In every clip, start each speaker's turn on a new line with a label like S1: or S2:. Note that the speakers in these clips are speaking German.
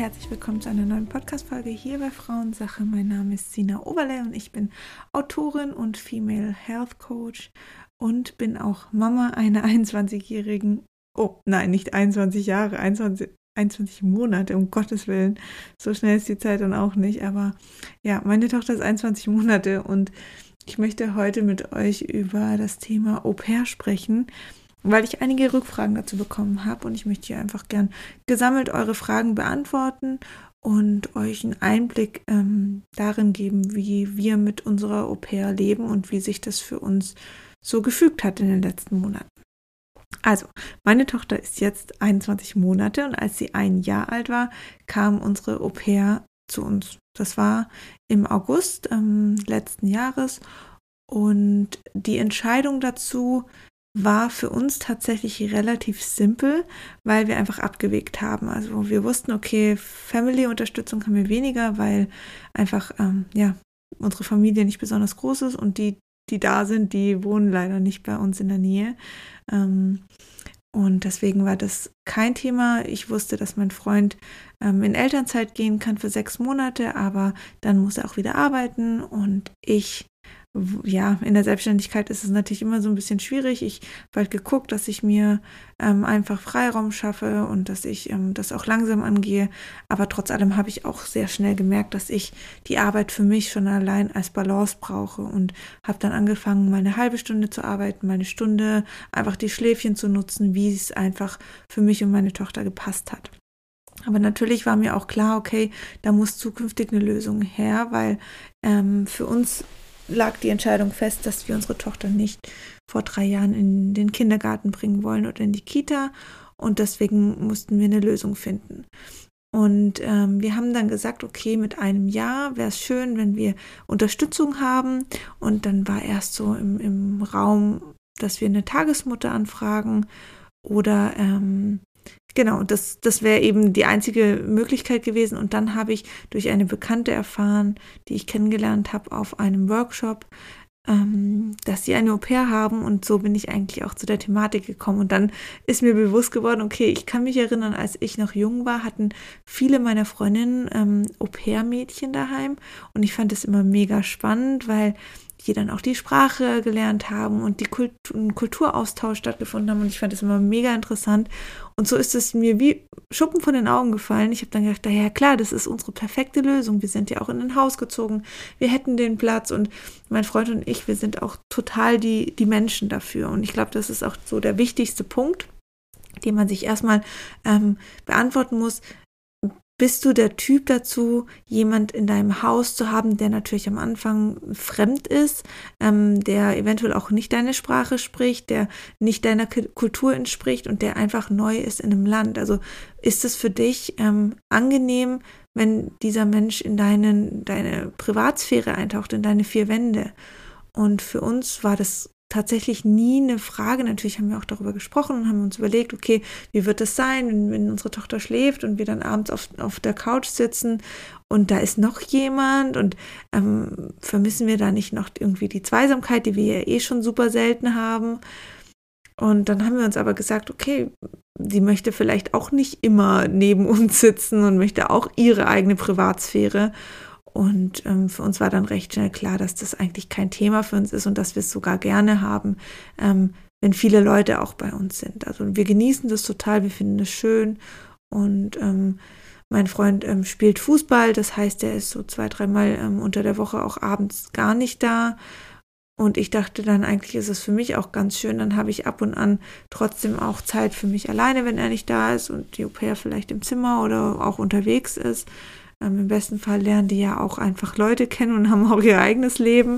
S1: herzlich willkommen zu einer neuen Podcast-Folge hier bei Frauensache. Mein Name ist Sina Oberle und ich bin Autorin und Female Health Coach und bin auch Mama einer 21-jährigen, oh nein, nicht 21 Jahre, 21 Monate, um Gottes Willen, so schnell ist die Zeit dann auch nicht, aber ja, meine Tochter ist 21 Monate und ich möchte heute mit euch über das Thema Au-pair sprechen, weil ich einige Rückfragen dazu bekommen habe und ich möchte hier einfach gern gesammelt eure Fragen beantworten und euch einen Einblick darin geben, wie wir mit unserer Au-pair leben und wie sich das für uns so gefügt hat in den letzten Monaten. Also, meine Tochter ist jetzt 21 Monate und als sie 1 Jahr alt war, kam unsere Au-pair zu uns. Das war im August letzten Jahres und die Entscheidung dazu war für uns tatsächlich relativ simpel, weil wir einfach abgewegt haben. Also wir wussten, okay, Family-Unterstützung haben wir weniger, weil einfach unsere Familie nicht besonders groß ist und die da sind, die wohnen leider nicht bei uns in der Nähe. Und deswegen war das kein Thema. Ich wusste, dass mein Freund in Elternzeit gehen kann für 6 Monate, aber dann muss er auch wieder arbeiten und in der Selbstständigkeit ist es natürlich immer so ein bisschen schwierig. Ich habe halt geguckt, dass ich mir einfach Freiraum schaffe und dass ich das auch langsam angehe. Aber trotz allem habe ich auch sehr schnell gemerkt, dass ich die Arbeit für mich schon allein als Balance brauche und habe dann angefangen, mal eine halbe Stunde zu arbeiten, mal eine Stunde einfach die Schläfchen zu nutzen, wie es einfach für mich und meine Tochter gepasst hat. Aber natürlich war mir auch klar, okay, da muss zukünftig eine Lösung her, weil für uns lag die Entscheidung fest, dass wir unsere Tochter nicht vor 3 Jahren in den Kindergarten bringen wollen oder in die Kita und deswegen mussten wir eine Lösung finden. Und wir haben dann gesagt, okay, mit 1 Jahr wäre es schön, wenn wir Unterstützung haben und dann war erst so im Raum, dass wir eine Tagesmutter anfragen oder genau, das wäre eben die einzige Möglichkeit gewesen. Und dann habe ich durch eine Bekannte erfahren, die ich kennengelernt habe auf einem Workshop, dass sie eine Au-pair haben. Und so bin ich eigentlich auch zu der Thematik gekommen. Und dann ist mir bewusst geworden, okay, ich kann mich erinnern, als ich noch jung war, hatten viele meiner Freundinnen Au-pair-Mädchen daheim. Und ich fand das immer mega spannend, weil die dann auch die Sprache gelernt haben und ein Kulturaustausch stattgefunden haben und ich fand das immer mega interessant und so ist es mir wie Schuppen von den Augen gefallen. Ich habe dann gedacht, ja klar, das ist unsere perfekte Lösung, wir sind ja auch in ein Haus gezogen, wir hätten den Platz und mein Freund und ich, wir sind auch total die Menschen dafür und ich glaube, das ist auch so der wichtigste Punkt, den man sich erstmal beantworten muss. Bist du der Typ dazu, jemand in deinem Haus zu haben, der natürlich am Anfang fremd ist, der eventuell auch nicht deine Sprache spricht, der nicht deiner Kultur entspricht und der einfach neu ist in einem Land? Also ist es für dich angenehm, wenn dieser Mensch in deine Privatsphäre eintaucht, in deine 4 Wände? Und für uns war das tatsächlich nie eine Frage. Natürlich haben wir auch darüber gesprochen und haben uns überlegt, okay, wie wird es sein, wenn unsere Tochter schläft und wir dann abends auf der Couch sitzen und da ist noch jemand und vermissen wir da nicht noch irgendwie die Zweisamkeit, die wir ja eh schon super selten haben. Und dann haben wir uns aber gesagt, okay, sie möchte vielleicht auch nicht immer neben uns sitzen und möchte auch ihre eigene Privatsphäre. Und für uns war dann recht schnell klar, dass das eigentlich kein Thema für uns ist und dass wir es sogar gerne haben, wenn viele Leute auch bei uns sind. Also wir genießen das total, wir finden es schön und mein Freund spielt Fußball, das heißt, er ist so 2-3 Mal unter der Woche auch abends gar nicht da. Und ich dachte dann, eigentlich ist es für mich auch ganz schön, dann habe ich ab und an trotzdem auch Zeit für mich alleine, wenn er nicht da ist und die Au-pair vielleicht im Zimmer oder auch unterwegs ist. Im besten Fall lernen die ja auch einfach Leute kennen und haben auch ihr eigenes Leben.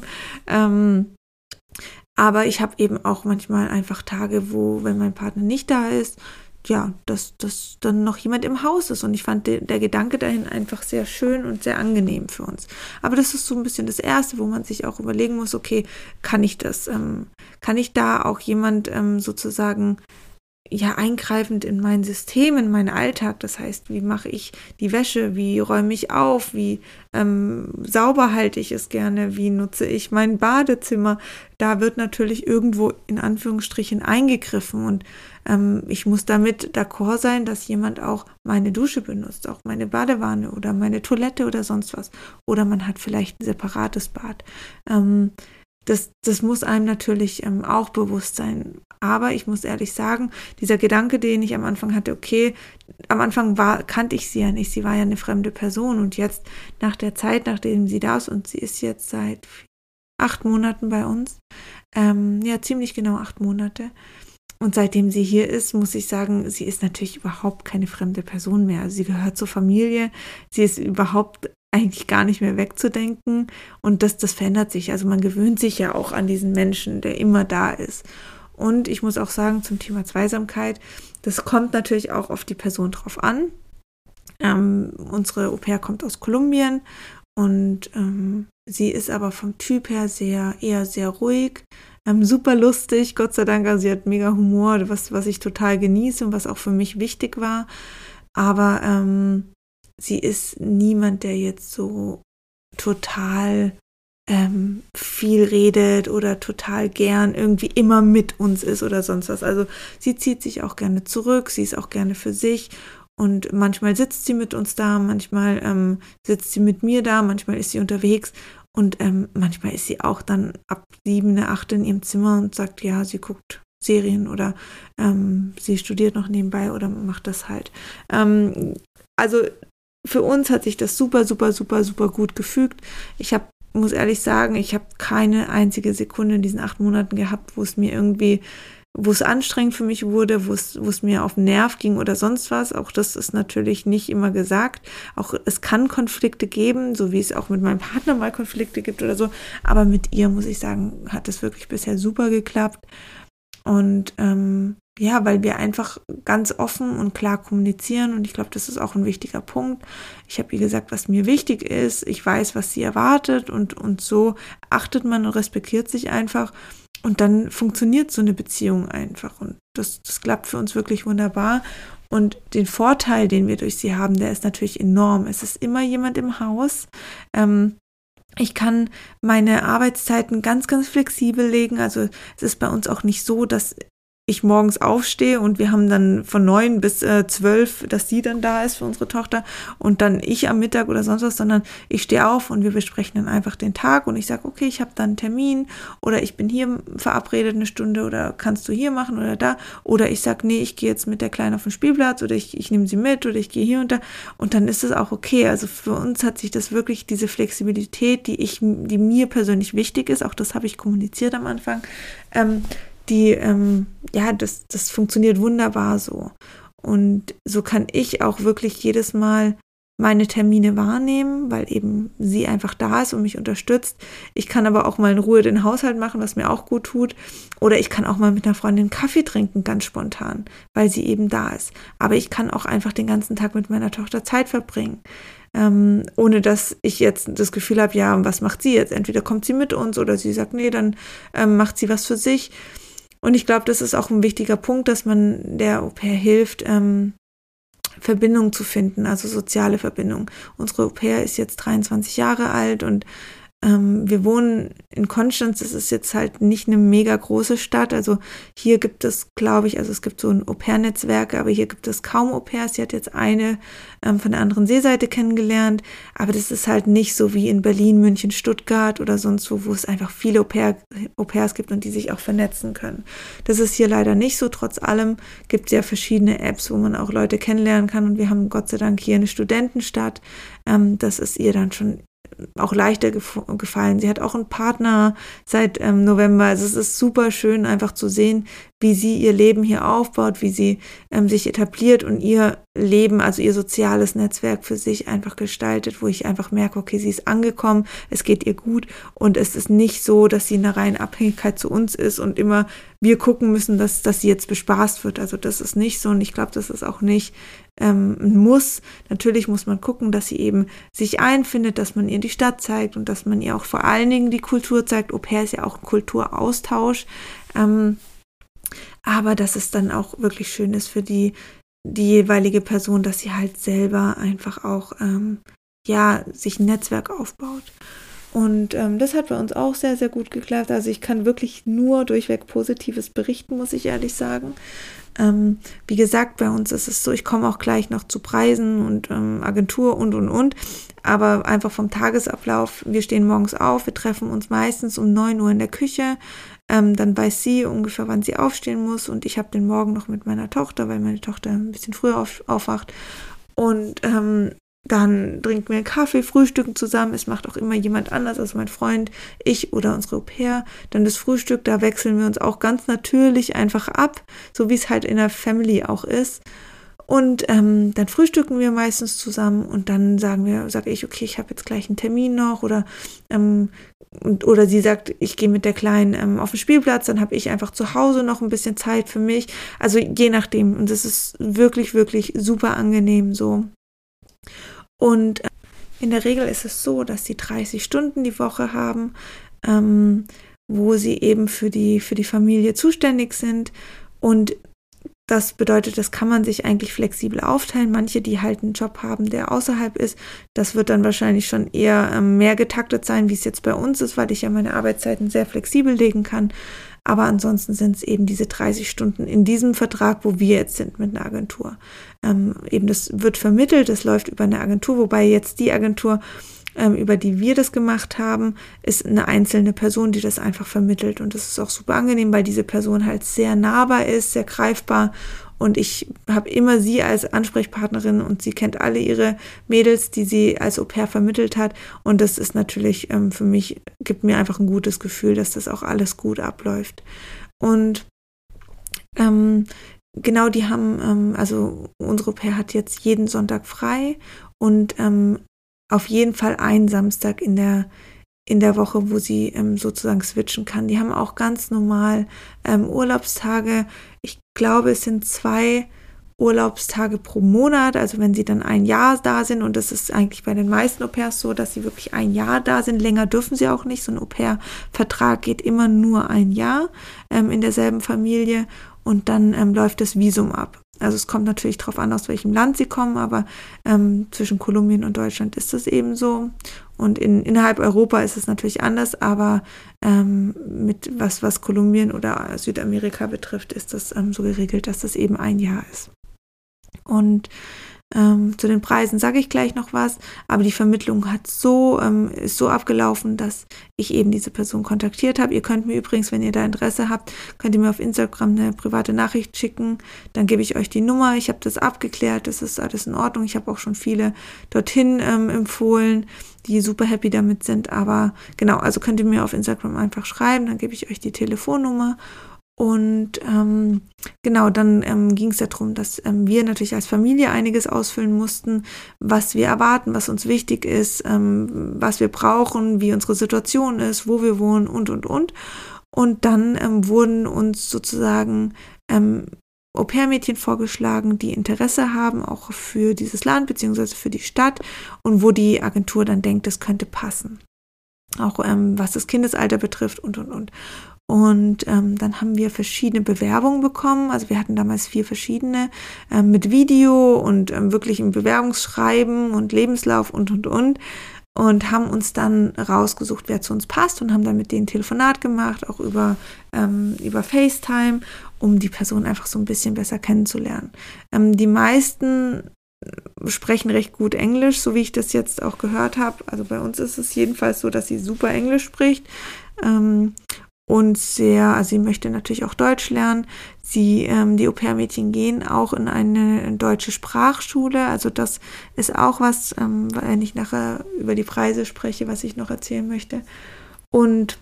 S1: Aber ich habe eben auch manchmal einfach Tage, wo, wenn mein Partner nicht da ist, ja, dass dann noch jemand im Haus ist. Und ich fand der Gedanke dahin einfach sehr schön und sehr angenehm für uns. Aber das ist so ein bisschen das Erste, wo man sich auch überlegen muss, okay, kann ich das? Kann ich da auch jemand sozusagen ja eingreifend in mein System, in meinen Alltag. Das heißt, wie mache ich die Wäsche, wie räume ich auf, wie sauber halte ich es gerne, wie nutze ich mein Badezimmer. Da wird natürlich irgendwo in Anführungsstrichen eingegriffen und ich muss damit d'accord sein, dass jemand auch meine Dusche benutzt, auch meine Badewanne oder meine Toilette oder sonst was. Oder man hat vielleicht ein separates Bad. Das muss einem natürlich auch bewusst sein. Aber ich muss ehrlich sagen, dieser Gedanke, den ich am Anfang hatte, okay, am Anfang kannte ich sie ja nicht, sie war ja eine fremde Person und jetzt nach der Zeit, nachdem sie da ist und sie ist jetzt seit 8 Monaten bei uns, ja ziemlich genau 8 Monate und seitdem sie hier ist, muss ich sagen, sie ist natürlich überhaupt keine fremde Person mehr. Also sie gehört zur Familie, sie ist überhaupt eigentlich gar nicht mehr wegzudenken und das verändert sich. Also man gewöhnt sich ja auch an diesen Menschen, der immer da ist. Und ich muss auch sagen, zum Thema Zweisamkeit, das kommt natürlich auch auf die Person drauf an. Unsere Au-pair kommt aus Kolumbien und sie ist aber vom Typ her eher sehr ruhig, super lustig, Gott sei Dank, also sie hat mega Humor, was ich total genieße und was auch für mich wichtig war. Aber sie ist niemand, der jetzt so total viel redet oder total gern irgendwie immer mit uns ist oder sonst was. Also sie zieht sich auch gerne zurück, sie ist auch gerne für sich und manchmal sitzt sie mit uns da, manchmal sitzt sie mit mir da, manchmal ist sie unterwegs und manchmal ist sie auch dann ab 7, 8 in ihrem Zimmer und sagt, ja, sie guckt Serien oder sie studiert noch nebenbei oder macht das halt. Also für uns hat sich das super, super, super, super gut gefügt. Muss ehrlich sagen, ich habe keine einzige Sekunde in diesen 8 Monaten gehabt, wo es anstrengend für mich wurde, wo es mir auf den Nerv ging oder sonst was. Auch das ist natürlich nicht immer gesagt. Auch es kann Konflikte geben, so wie es auch mit meinem Partner mal Konflikte gibt oder so. Aber mit ihr, muss ich sagen, hat es wirklich bisher super geklappt. Und ja, weil wir einfach ganz offen und klar kommunizieren und ich glaube, das ist auch ein wichtiger Punkt. Ich habe ihr gesagt, was mir wichtig ist, ich weiß, was sie erwartet und so achtet man und respektiert sich einfach und dann funktioniert so eine Beziehung einfach und das klappt für uns wirklich wunderbar und den Vorteil, den wir durch sie haben, der ist natürlich enorm. Es ist immer jemand im Haus, ich kann meine Arbeitszeiten ganz, ganz flexibel legen. Also es ist bei uns auch nicht so, dass ich morgens aufstehe und wir haben dann von 9 bis 12, dass sie dann da ist für unsere Tochter und dann ich am Mittag oder sonst was, sondern ich stehe auf und wir besprechen dann einfach den Tag und ich sage, okay, ich habe dann einen Termin oder ich bin hier verabredet 1 Stunde oder kannst du hier machen oder da oder ich sage, nee, ich gehe jetzt mit der Kleinen auf den Spielplatz oder ich nehme sie mit oder ich gehe hier und dann ist es auch okay. Also für uns hat sich das wirklich, diese Flexibilität, die mir persönlich wichtig ist, auch das habe ich kommuniziert am Anfang, das funktioniert wunderbar so. Und so kann ich auch wirklich jedes Mal meine Termine wahrnehmen, weil eben sie einfach da ist und mich unterstützt. Ich kann aber auch mal in Ruhe den Haushalt machen, was mir auch gut tut. Oder ich kann auch mal mit einer Freundin Kaffee trinken, ganz spontan, weil sie eben da ist. Aber ich kann auch einfach den ganzen Tag mit meiner Tochter Zeit verbringen. Ohne dass ich jetzt das Gefühl habe, ja, was macht sie jetzt? Entweder kommt sie mit uns oder sie sagt, nee, dann macht sie was für sich. Und ich glaube, das ist auch ein wichtiger Punkt, dass man der Au-pair hilft, Verbindung zu finden, also soziale Verbindung. Unsere Au-pair ist jetzt 23 Jahre alt und wir wohnen in Konstanz, das ist jetzt halt nicht eine mega große Stadt, also hier gibt es, glaube ich, also es gibt so ein Au-pair-Netzwerk, aber hier gibt es kaum Au-pairs, sie hat jetzt eine von der anderen Seeseite kennengelernt, aber das ist halt nicht so wie in Berlin, München, Stuttgart oder sonst wo es einfach viele Au-pairs gibt und die sich auch vernetzen können. Das ist hier leider nicht so, trotz allem gibt es ja verschiedene Apps, wo man auch Leute kennenlernen kann und wir haben Gott sei Dank hier eine Studentenstadt, das ist ihr dann schon auch leichter gefallen. Sie hat auch einen Partner seit November. Also es ist super schön, einfach zu sehen, wie sie ihr Leben hier aufbaut, wie sie sich etabliert und ihr Leben, also ihr soziales Netzwerk für sich einfach gestaltet, wo ich einfach merke, okay, sie ist angekommen, es geht ihr gut und es ist nicht so, dass sie in einer reinen Abhängigkeit zu uns ist und immer wir gucken müssen, dass sie jetzt bespaßt wird. Also das ist nicht so und ich glaube, das ist auch nicht ein Muss. Natürlich muss man gucken, dass sie eben sich einfindet, dass man ihr die Stadt zeigt und dass man ihr auch vor allen Dingen die Kultur zeigt. Au-pair ist ja auch ein Kulturaustausch. aber dass es dann auch wirklich schön ist für die jeweilige Person, dass sie halt selber einfach auch sich ein Netzwerk aufbaut. Und das hat bei uns auch sehr, sehr gut geklappt. Also ich kann wirklich nur durchweg Positives berichten, muss ich ehrlich sagen. Wie gesagt, bei uns ist es so, ich komme auch gleich noch zu Preisen und Agentur und. Aber einfach vom Tagesablauf, wir stehen morgens auf, wir treffen uns meistens um 9 Uhr in der Küche. Dann weiß sie ungefähr, wann sie aufstehen muss. Und ich habe den Morgen noch mit meiner Tochter, weil meine Tochter ein bisschen früher aufwacht. Und dann trinken wir einen Kaffee, frühstücken zusammen. Es macht auch immer jemand anders, also mein Freund, ich oder unsere Au-pair. Dann das Frühstück, da wechseln wir uns auch ganz natürlich einfach ab, so wie es halt in der Family auch ist. Und dann frühstücken wir meistens zusammen und dann sage ich, okay, ich habe jetzt gleich einen Termin noch oder sie sagt, ich gehe mit der Kleinen auf den Spielplatz, dann habe ich einfach zu Hause noch ein bisschen Zeit für mich. Also je nachdem. Und das ist wirklich, wirklich super angenehm so. Und in der Regel ist es so, dass sie 30 Stunden die Woche haben, wo sie eben für die Familie zuständig sind. Und das bedeutet, das kann man sich eigentlich flexibel aufteilen. Manche, die halt einen Job haben, der außerhalb ist, das wird dann wahrscheinlich schon eher mehr getaktet sein, wie es jetzt bei uns ist, weil ich ja meine Arbeitszeiten sehr flexibel legen kann. Aber ansonsten sind es eben diese 30 Stunden in diesem Vertrag, wo wir jetzt sind mit einer Agentur. Eben das wird vermittelt, das läuft über eine Agentur, wobei jetzt die Agentur, über die wir das gemacht haben, ist eine einzelne Person, die das einfach vermittelt. Und das ist auch super angenehm, weil diese Person halt sehr nahbar ist, sehr greifbar. Und ich habe immer sie als Ansprechpartnerin und sie kennt alle ihre Mädels, die sie als Au-pair vermittelt hat. Und das ist natürlich für mich, gibt mir einfach ein gutes Gefühl, dass das auch alles gut abläuft. Und genau, die haben, also unsere Au-pair hat jetzt jeden Sonntag frei und auf jeden Fall einen Samstag in der Woche, wo sie sozusagen switchen kann. Die haben auch ganz normal Urlaubstage. Ich glaube, es sind 2 Urlaubstage pro Monat, also wenn sie dann ein Jahr da sind, und das ist eigentlich bei den meisten Au-pairs so, dass sie wirklich ein Jahr da sind. Länger dürfen sie auch nicht. So ein Au-pair-Vertrag geht immer nur ein Jahr in derselben Familie und dann läuft das Visum ab. Also es kommt natürlich darauf an, aus welchem Land sie kommen, aber zwischen Kolumbien und Deutschland ist das eben so. Und innerhalb Europa ist es natürlich anders, aber mit was Kolumbien oder Südamerika betrifft, ist das so geregelt, dass das eben ein Jahr ist. Und zu den Preisen sage ich gleich noch was, aber die Vermittlung ist so abgelaufen, dass ich eben diese Person kontaktiert habe. Ihr könnt mir übrigens, wenn ihr da Interesse habt, könnt ihr mir auf Instagram eine private Nachricht schicken, dann gebe ich euch die Nummer. Ich habe das abgeklärt, das ist alles in Ordnung. Ich habe auch schon viele dorthin empfohlen, die super happy damit sind, aber genau, also könnt ihr mir auf Instagram einfach schreiben, dann gebe ich euch die Telefonnummer. Und genau, dann ging es darum, dass wir natürlich als Familie einiges ausfüllen mussten, was wir erwarten, was uns wichtig ist, was wir brauchen, wie unsere Situation ist, wo wir wohnen und. Und dann wurden uns sozusagen Au-pair-Mädchen vorgeschlagen, die Interesse haben, auch für dieses Land bzw. für die Stadt und wo die Agentur dann denkt, das könnte passen. Auch was das Kindesalter betrifft und. Und dann haben wir verschiedene Bewerbungen bekommen. Also wir hatten damals 4 verschiedene mit Video und wirklich im Bewerbungsschreiben und Lebenslauf und. Und haben uns dann rausgesucht, wer zu uns passt und haben dann mit denen Telefonat gemacht, auch über FaceTime, um die Person einfach so ein bisschen besser kennenzulernen. Die meisten sprechen recht gut Englisch, so wie ich das jetzt auch gehört habe. Also bei uns ist es jedenfalls so, dass sie super Englisch spricht. Und also sie möchte natürlich auch Deutsch lernen. Die Au-pair-Mädchen gehen auch in eine deutsche Sprachschule. Also das ist auch was, wenn ich nachher über die Preise spreche, was ich noch erzählen möchte. Und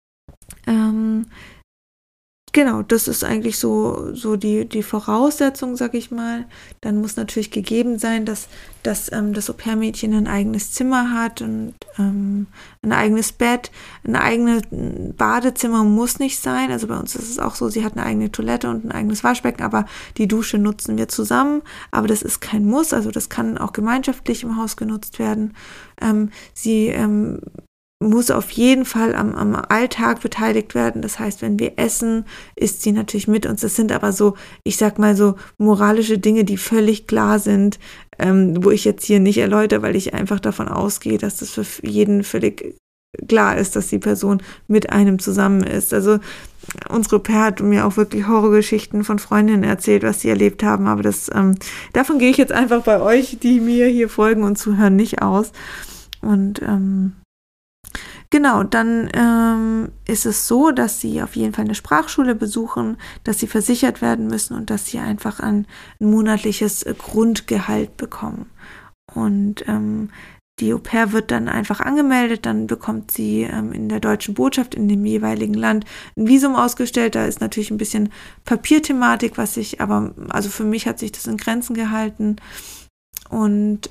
S1: genau, das ist eigentlich so die Voraussetzung, sag ich mal. Dann muss natürlich gegeben sein, dass das Au-pair-Mädchen ein eigenes Zimmer hat und ein eigenes Bett. Ein eigenes Badezimmer muss nicht sein. Also bei uns ist es auch so, sie hat eine eigene Toilette und ein eigenes Waschbecken, aber die Dusche nutzen wir zusammen. Aber das ist kein Muss, also das kann auch gemeinschaftlich im Haus genutzt werden. Sie muss auf jeden Fall am Alltag beteiligt werden. Das heißt, wenn wir essen, isst sie natürlich mit uns. Das sind aber so, ich sag mal so moralische Dinge, die völlig klar sind, wo ich jetzt hier nicht erläutere, weil ich einfach davon ausgehe, dass das für jeden völlig klar ist, dass die Person mit einem zusammen ist. Also unsere Au-pair hat mir auch wirklich Horrorgeschichten von Freundinnen erzählt, was sie erlebt haben, aber davon gehe ich jetzt einfach bei euch, die mir hier folgen und zuhören, nicht aus. Und genau, dann ist es so, dass sie auf jeden Fall eine Sprachschule besuchen, dass sie versichert werden müssen und dass sie einfach ein monatliches Grundgehalt bekommen. Und die Au-pair wird dann einfach angemeldet, dann bekommt sie in der deutschen Botschaft in dem jeweiligen Land ein Visum ausgestellt. Da ist natürlich ein bisschen Papierthematik, also für mich hat sich das in Grenzen gehalten. Und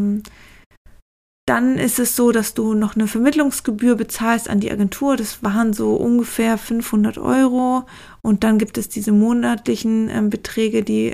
S1: dann ist es so, dass du noch eine Vermittlungsgebühr bezahlst an die Agentur. Das waren so ungefähr 500 €. Und dann gibt es diese monatlichen Beträge, die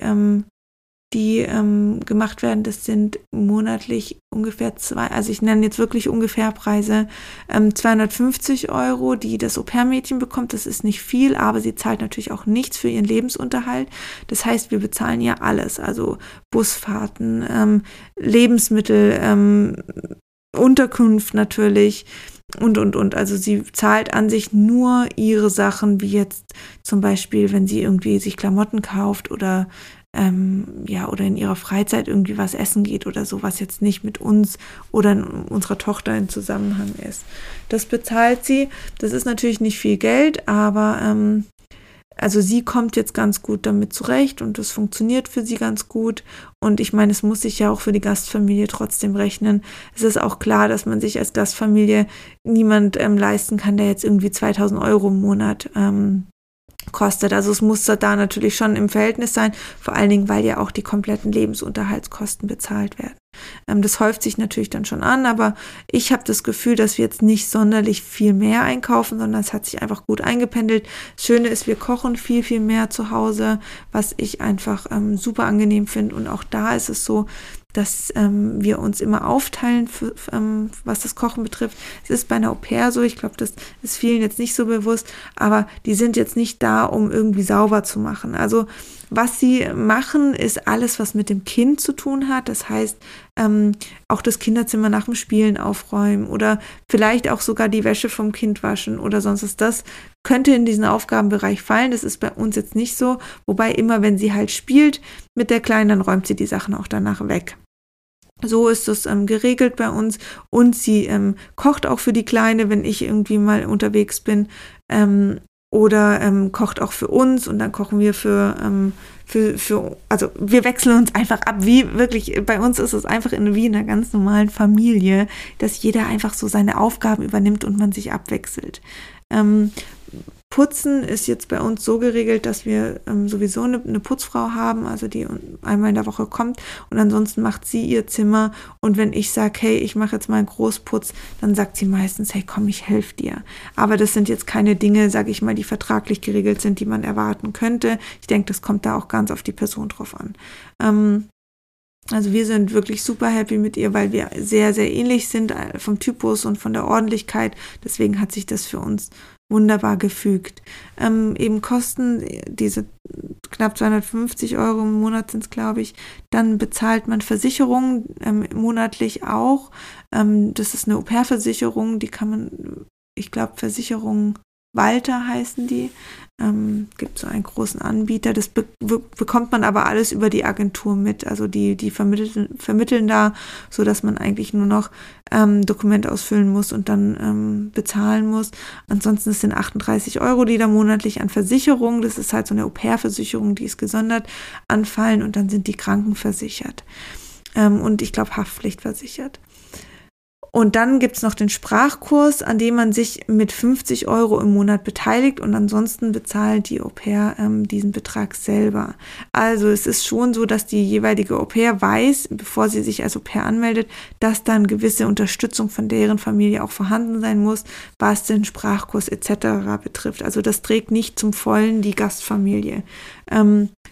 S1: gemacht werden. Das sind monatlich ungefähr also ich nenne jetzt wirklich ungefähr Preise, 250 €, die das Au-pair-Mädchen bekommt. Das ist nicht viel, aber sie zahlt natürlich auch nichts für ihren Lebensunterhalt. Das heißt, wir bezahlen ja alles, also Busfahrten, Lebensmittel, Unterkunft natürlich und. Also sie zahlt an sich nur ihre Sachen, wie jetzt zum Beispiel, wenn sie irgendwie sich Klamotten kauft oder oder in ihrer Freizeit irgendwie was essen geht oder so, was jetzt nicht mit uns oder unserer Tochter in Zusammenhang ist. Das bezahlt sie. Das ist natürlich nicht viel Geld, aber also sie kommt jetzt ganz gut damit zurecht und das funktioniert für sie ganz gut. Und ich meine, es muss sich ja auch für die Gastfamilie trotzdem rechnen. Es ist auch klar, dass man sich als Gastfamilie niemand leisten kann, der jetzt irgendwie 2.000 € im Monat kostet. Also es muss da natürlich schon im Verhältnis sein, vor allen Dingen, weil ja auch die kompletten Lebensunterhaltskosten bezahlt werden. Das häuft sich natürlich dann schon an, aber ich habe das Gefühl, dass wir jetzt nicht sonderlich viel mehr einkaufen, sondern es hat sich einfach gut eingependelt. Das Schöne ist, wir kochen viel, viel mehr zu Hause, was ich einfach super angenehm finde. Und auch da ist es so, dass wir uns immer aufteilen, was das Kochen betrifft. Es ist bei einer Au-pair so, ich glaube, das ist vielen jetzt nicht so bewusst, aber die sind jetzt nicht da, um irgendwie sauber zu machen. Also was sie machen, ist alles, was mit dem Kind zu tun hat. Das heißt, auch das Kinderzimmer nach dem Spielen aufräumen oder vielleicht auch sogar die Wäsche vom Kind waschen oder sonst was. Das könnte in diesen Aufgabenbereich fallen. Das ist bei uns jetzt nicht so. Wobei immer, wenn sie halt spielt mit der Kleinen, dann räumt sie die Sachen auch danach weg. So ist es geregelt bei uns und sie kocht auch für die Kleine, wenn ich irgendwie mal unterwegs bin oder kocht auch für uns und dann kochen wir also wir wechseln uns einfach ab, wie wirklich, bei uns ist es einfach wie in einer ganz normalen Familie, dass jeder einfach so seine Aufgaben übernimmt und man sich abwechselt. Putzen ist jetzt bei uns so geregelt, dass wir sowieso eine Putzfrau haben, also die einmal in der Woche kommt und ansonsten macht sie ihr Zimmer und wenn ich sage, hey, ich mache jetzt mal einen Großputz, dann sagt sie meistens, hey, komm, ich helfe dir. Aber das sind jetzt keine Dinge, sage ich mal, die vertraglich geregelt sind, die man erwarten könnte. Ich denke, das kommt da auch ganz auf die Person drauf an. Also wir sind wirklich super happy mit ihr, weil wir sehr, sehr ähnlich sind vom Typus und von der Ordentlichkeit. Deswegen hat sich das für uns wunderbar gefügt. Eben kosten diese knapp 250 € im Monat sind es, glaube ich. Dann bezahlt man Versicherungen monatlich auch. Das ist eine Au-pair-Versicherung, die kann man, ich glaube, Versicherung Walter heißen die. Gibt so einen großen Anbieter. Das bekommt man aber alles über die Agentur mit. Also die vermitteln da, sodass man eigentlich nur noch Dokument ausfüllen muss und dann bezahlen muss. Ansonsten sind 38 €, die da monatlich an Versicherung, das ist halt so eine Au-pair-Versicherung, die ist gesondert, anfallen und dann sind die krankenversichert. Und ich glaube Haftpflichtversichert. Und dann gibt es noch den Sprachkurs, an dem man sich mit 50 € im Monat beteiligt und ansonsten bezahlt die Au-pair diesen Betrag selber. Also es ist schon so, dass die jeweilige Au-pair weiß, bevor sie sich als Au-pair anmeldet, dass dann gewisse Unterstützung von deren Familie auch vorhanden sein muss, was den Sprachkurs etc. betrifft. Also das trägt nicht zum Vollen die Gastfamilie.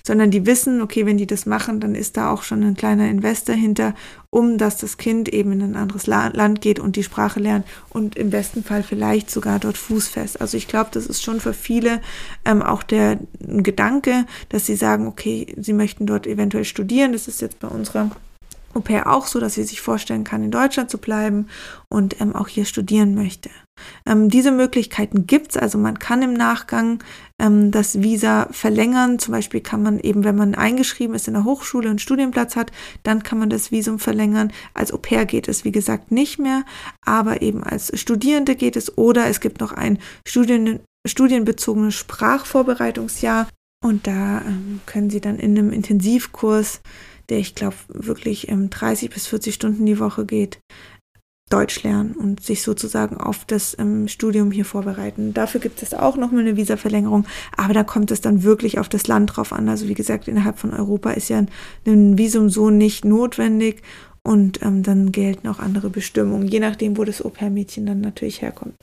S1: sondern die wissen, okay, wenn die das machen, dann ist da auch schon ein kleiner Investor hinter, dass das Kind eben in ein anderes Land geht und die Sprache lernt und im besten Fall vielleicht sogar dort fußfest. Also ich glaube, das ist schon für viele auch der Gedanke, dass sie sagen, okay, sie möchten dort eventuell studieren. Das ist jetzt bei unserer Au-pair auch so, dass sie sich vorstellen kann, in Deutschland zu bleiben und auch hier studieren möchte. Diese Möglichkeiten gibt es, also man kann im Nachgang das Visa verlängern. Zum Beispiel kann man eben, wenn man eingeschrieben ist in der Hochschule und Studienplatz hat, dann kann man das Visum verlängern. Als Au-pair geht es, wie gesagt, nicht mehr, aber eben als Studierende geht es, oder es gibt noch ein studienbezogenes Sprachvorbereitungsjahr und da können Sie dann in einem Intensivkurs, der ich glaube wirklich 30 bis 40 Stunden die Woche geht, Deutsch lernen und sich sozusagen auf das Studium hier vorbereiten. Dafür gibt es auch nochmal eine Visaverlängerung, aber da kommt es dann wirklich auf das Land drauf an. Also wie gesagt, innerhalb von Europa ist ja ein Visum so nicht notwendig und dann gelten auch andere Bestimmungen, je nachdem, wo das Au-pair-Mädchen dann natürlich herkommt.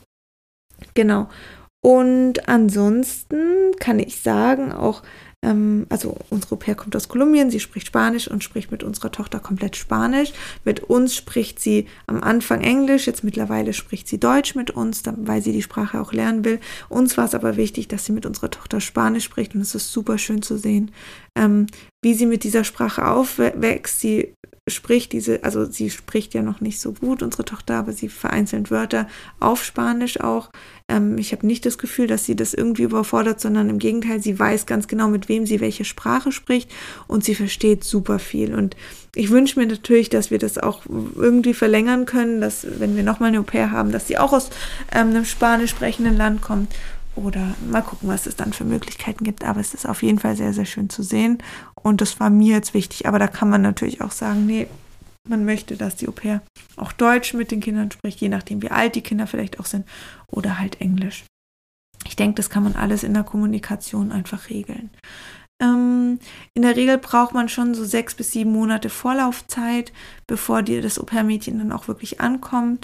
S1: Genau. Und ansonsten kann ich sagen, auch also unsere Au-pair kommt aus Kolumbien, sie spricht Spanisch und spricht mit unserer Tochter komplett Spanisch. Mit uns spricht sie am Anfang Englisch, jetzt mittlerweile spricht sie Deutsch mit uns, weil sie die Sprache auch lernen will. Uns war es aber wichtig, dass sie mit unserer Tochter Spanisch spricht und es ist super schön zu sehen, wie sie mit dieser Sprache aufwächst. Sie spricht sie spricht ja noch nicht so gut, unsere Tochter, aber sie vereinzelt Wörter auf Spanisch auch. Ich habe nicht das Gefühl, dass sie das irgendwie überfordert, sondern im Gegenteil, sie weiß ganz genau, mit wem sie welche Sprache spricht und sie versteht super viel. Und ich wünsche mir natürlich, dass wir das auch irgendwie verlängern können, dass, wenn wir nochmal eine Au-pair haben, dass sie auch aus einem spanisch sprechenden Land kommt. Oder mal gucken, was es dann für Möglichkeiten gibt. Aber es ist auf jeden Fall sehr, sehr schön zu sehen. Und das war mir jetzt wichtig. Aber da kann man natürlich auch sagen, nee, man möchte, dass die Au-pair auch Deutsch mit den Kindern spricht, je nachdem, wie alt die Kinder vielleicht auch sind. Oder halt Englisch. Ich denke, das kann man alles in der Kommunikation einfach regeln. In der Regel braucht man schon so 6 bis 7 Monate Vorlaufzeit, bevor das Au-pair-Mädchen dann auch wirklich ankommt.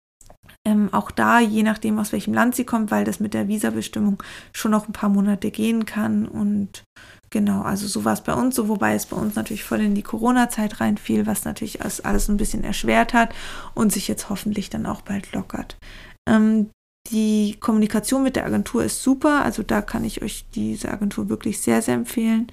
S1: Auch da, je nachdem, aus welchem Land sie kommt, weil das mit der Visabestimmung schon noch ein paar Monate gehen kann. Und genau, also so war es bei uns so, wobei es bei uns natürlich voll in die Corona-Zeit reinfiel, was natürlich alles ein bisschen erschwert hat und sich jetzt hoffentlich dann auch bald lockert. Die Kommunikation mit der Agentur ist super, also da kann ich euch diese Agentur wirklich sehr, sehr empfehlen.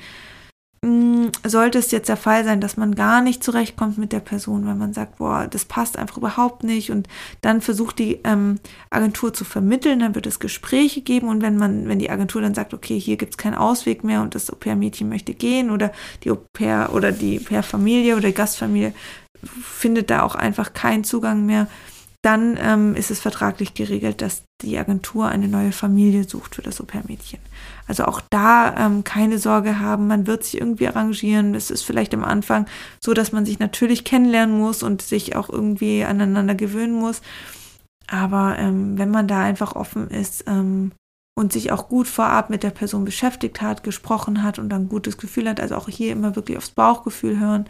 S1: Sollte es jetzt der Fall sein, dass man gar nicht zurechtkommt mit der Person, weil man sagt, boah, das passt einfach überhaupt nicht, und dann versucht die Agentur zu vermitteln, dann wird es Gespräche geben, und wenn die Agentur dann sagt, okay, hier gibt es keinen Ausweg mehr und das Au-pair-Mädchen möchte gehen, oder die Au-pair oder die Pair-Familie oder die Gastfamilie findet da auch einfach keinen Zugang mehr, dann ist es vertraglich geregelt, dass die Agentur eine neue Familie sucht für das Au-pair-Mädchen. Also auch da keine Sorge haben, man wird sich irgendwie arrangieren. Es ist vielleicht am Anfang so, dass man sich natürlich kennenlernen muss und sich auch irgendwie aneinander gewöhnen muss. Aber wenn man da einfach offen ist und sich auch gut vorab mit der Person beschäftigt hat, gesprochen hat und dann ein gutes Gefühl hat, also auch hier immer wirklich aufs Bauchgefühl hören,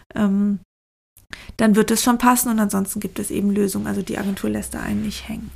S1: dann wird es schon passen, und ansonsten gibt es eben Lösungen. Also die Agentur lässt da einen nicht hängen.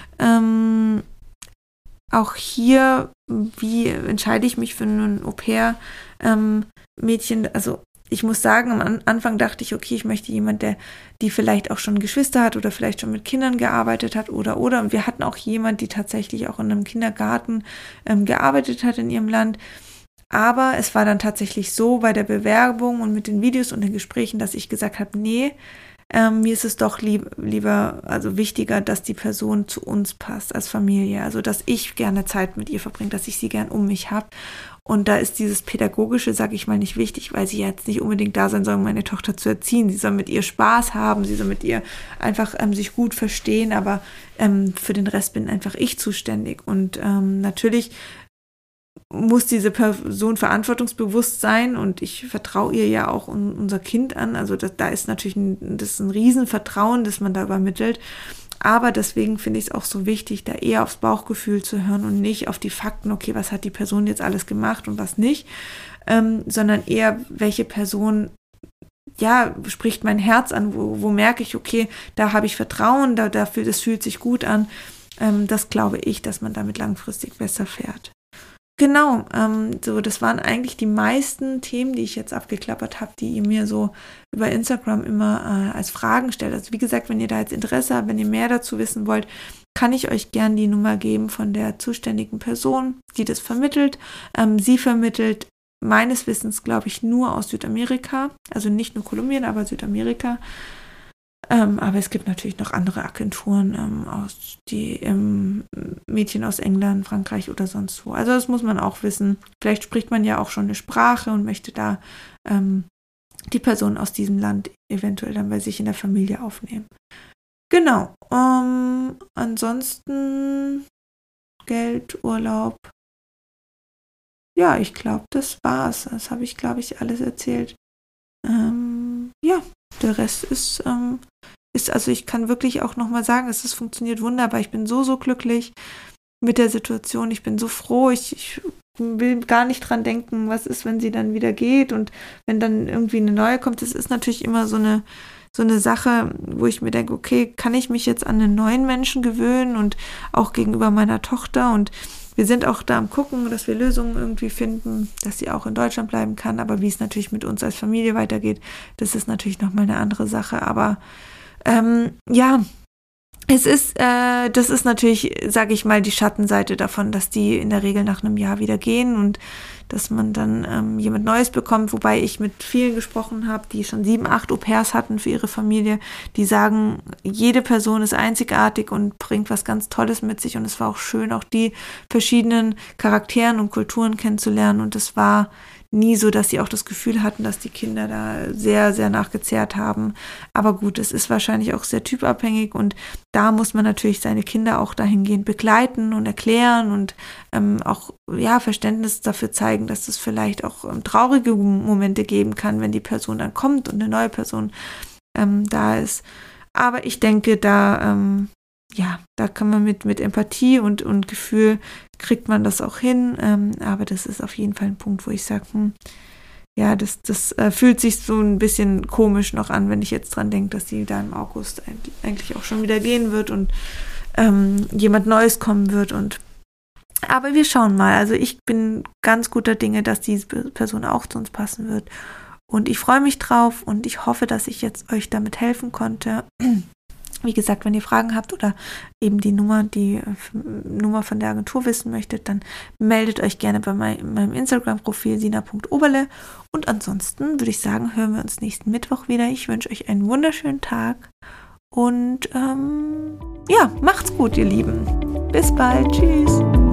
S1: Auch hier, wie entscheide ich mich für ein Au-pair-Mädchen? Also ich muss sagen, am Anfang dachte ich, okay, ich möchte jemanden, die vielleicht auch schon Geschwister hat oder vielleicht schon mit Kindern gearbeitet hat oder. Und wir hatten auch jemanden, die tatsächlich auch in einem Kindergarten gearbeitet hat in ihrem Land. Aber es war dann tatsächlich so bei der Bewerbung und mit den Videos und den Gesprächen, dass ich gesagt habe, nee, mir ist es doch lieber, also wichtiger, dass die Person zu uns passt als Familie. Also dass ich gerne Zeit mit ihr verbringe, dass ich sie gern um mich habe. Und da ist dieses Pädagogische, sage ich mal, nicht wichtig, weil sie jetzt nicht unbedingt da sein soll, um meine Tochter zu erziehen. Sie soll mit ihr Spaß haben, sie soll mit ihr einfach sich gut verstehen, aber für den Rest bin einfach ich zuständig. Und natürlich muss diese Person verantwortungsbewusst sein, und ich vertraue ihr ja auch unser Kind an. Also da ist natürlich das ist ein Riesenvertrauen, das man da übermittelt. Aber deswegen finde ich es auch so wichtig, da eher aufs Bauchgefühl zu hören und nicht auf die Fakten, okay, was hat die Person jetzt alles gemacht und was nicht, sondern eher, welche Person spricht mein Herz an, wo merke ich, okay, da habe ich Vertrauen, dafür, das fühlt sich gut an. Das glaube ich, dass man damit langfristig besser fährt. Genau, so das waren eigentlich die meisten Themen, die ich jetzt abgeklappert habe, die ihr mir so über Instagram immer als Fragen stellt. Also wie gesagt, wenn ihr da jetzt Interesse habt, wenn ihr mehr dazu wissen wollt, kann ich euch gern die Nummer geben von der zuständigen Person, die das vermittelt. Sie vermittelt meines Wissens, glaube ich, nur aus Südamerika, also nicht nur Kolumbien, aber Südamerika. Aber es gibt natürlich noch andere Agenturen, die Mädchen aus England, Frankreich oder sonst wo. Also das muss man auch wissen. Vielleicht spricht man ja auch schon eine Sprache und möchte da die Person aus diesem Land eventuell dann bei sich in der Familie aufnehmen. Genau. Ansonsten Geld, Urlaub. Ja, ich glaube, das war's. Das habe ich, glaube ich, alles erzählt. Ja, der Rest ist, also ich kann wirklich auch nochmal sagen, es funktioniert wunderbar. Ich bin so glücklich mit der Situation. Ich bin so froh. Ich will gar nicht dran denken, was ist, wenn sie dann wieder geht und wenn dann irgendwie eine neue kommt. Das ist natürlich immer so eine Sache, wo ich mir denke, okay, kann ich mich jetzt an einen neuen Menschen gewöhnen und auch gegenüber meiner Tochter, und wir sind auch da am Gucken, dass wir Lösungen irgendwie finden, dass sie auch in Deutschland bleiben kann. Aber wie es natürlich mit uns als Familie weitergeht, das ist natürlich nochmal eine andere Sache. Aber ja, das ist natürlich, sage ich mal, die Schattenseite davon, dass die in der Regel nach einem Jahr wieder gehen und dass man dann jemand Neues bekommt, wobei ich mit vielen gesprochen habe, die schon 7, 8 Au-pairs hatten für ihre Familie, die sagen, jede Person ist einzigartig und bringt was ganz Tolles mit sich, und es war auch schön, auch die verschiedenen Charakteren und Kulturen kennenzulernen, und es war nie so, dass sie auch das Gefühl hatten, dass die Kinder da sehr, sehr nachgezehrt haben. Aber gut, es ist wahrscheinlich auch sehr typabhängig, und da muss man natürlich seine Kinder auch dahingehend begleiten und erklären und auch Verständnis dafür zeigen, dass es vielleicht auch traurige Momente geben kann, wenn die Person dann kommt und eine neue Person da ist. Aber ich denke, da kann man mit Empathie und Gefühl kriegt man das auch hin. Aber das ist auf jeden Fall ein Punkt, wo ich sage, das fühlt sich so ein bisschen komisch noch an, wenn ich jetzt dran denke, dass sie da im August eigentlich auch schon wieder gehen wird und jemand Neues kommen wird. Aber wir schauen mal. Also ich bin ganz guter Dinge, dass diese Person auch zu uns passen wird. Und ich freue mich drauf und ich hoffe, dass ich jetzt euch damit helfen konnte. Wie gesagt, wenn ihr Fragen habt oder eben die Nummer von der Agentur wissen möchtet, dann meldet euch gerne bei meinem Instagram-Profil sina.oberle. Und ansonsten würde ich sagen, hören wir uns nächsten Mittwoch wieder. Ich wünsche euch einen wunderschönen Tag und macht's gut, ihr Lieben. Bis bald. Tschüss.